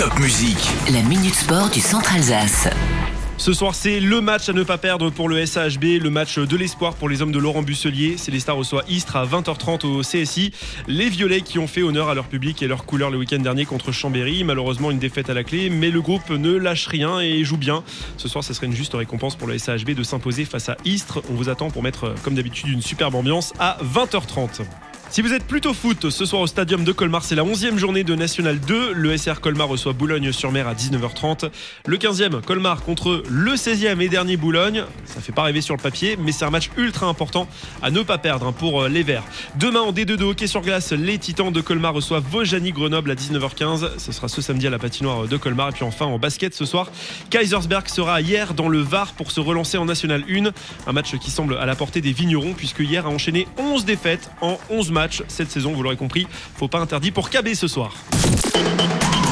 Top Musique. La Minute Sport du Centre Alsace. Ce soir, c'est le match à ne pas perdre pour le SAHB, le match de l'espoir pour les hommes de Laurent Busselier. Célestat reçoit Istres à 20h30 au CSI. Les Violets qui ont fait honneur à leur public et leur couleur le week-end dernier contre Chambéry. Malheureusement, une défaite à la clé, mais le groupe ne lâche rien et joue bien. Ce soir, ce serait une juste récompense pour le SAHB de s'imposer face à Istres. On vous attend pour mettre, comme d'habitude, une superbe ambiance à 20h30. Si vous êtes plutôt foot, ce soir au Stadium de Colmar, c'est la 11e journée de National 2. Le SR Colmar reçoit Boulogne-sur-Mer à 19h30. Le 15e, Colmar contre le 16e et dernier Boulogne. Ça fait pas rêver sur le papier, mais c'est un match ultra important à ne pas perdre pour les Verts. Demain, en D2 de hockey sur glace, les Titans de Colmar reçoivent Vaujany-Grenoble à 19h15. Ce sera ce samedi à la patinoire de Colmar. Et puis enfin, en basket ce soir, Kaisersberg sera hier dans le Var pour se relancer en National 1. Un match qui semble à la portée des Vignerons, puisque hier a enchaîné 11 défaites en 11 matchs cette saison, vous l'aurez compris, faut pas interdit pour KB ce soir.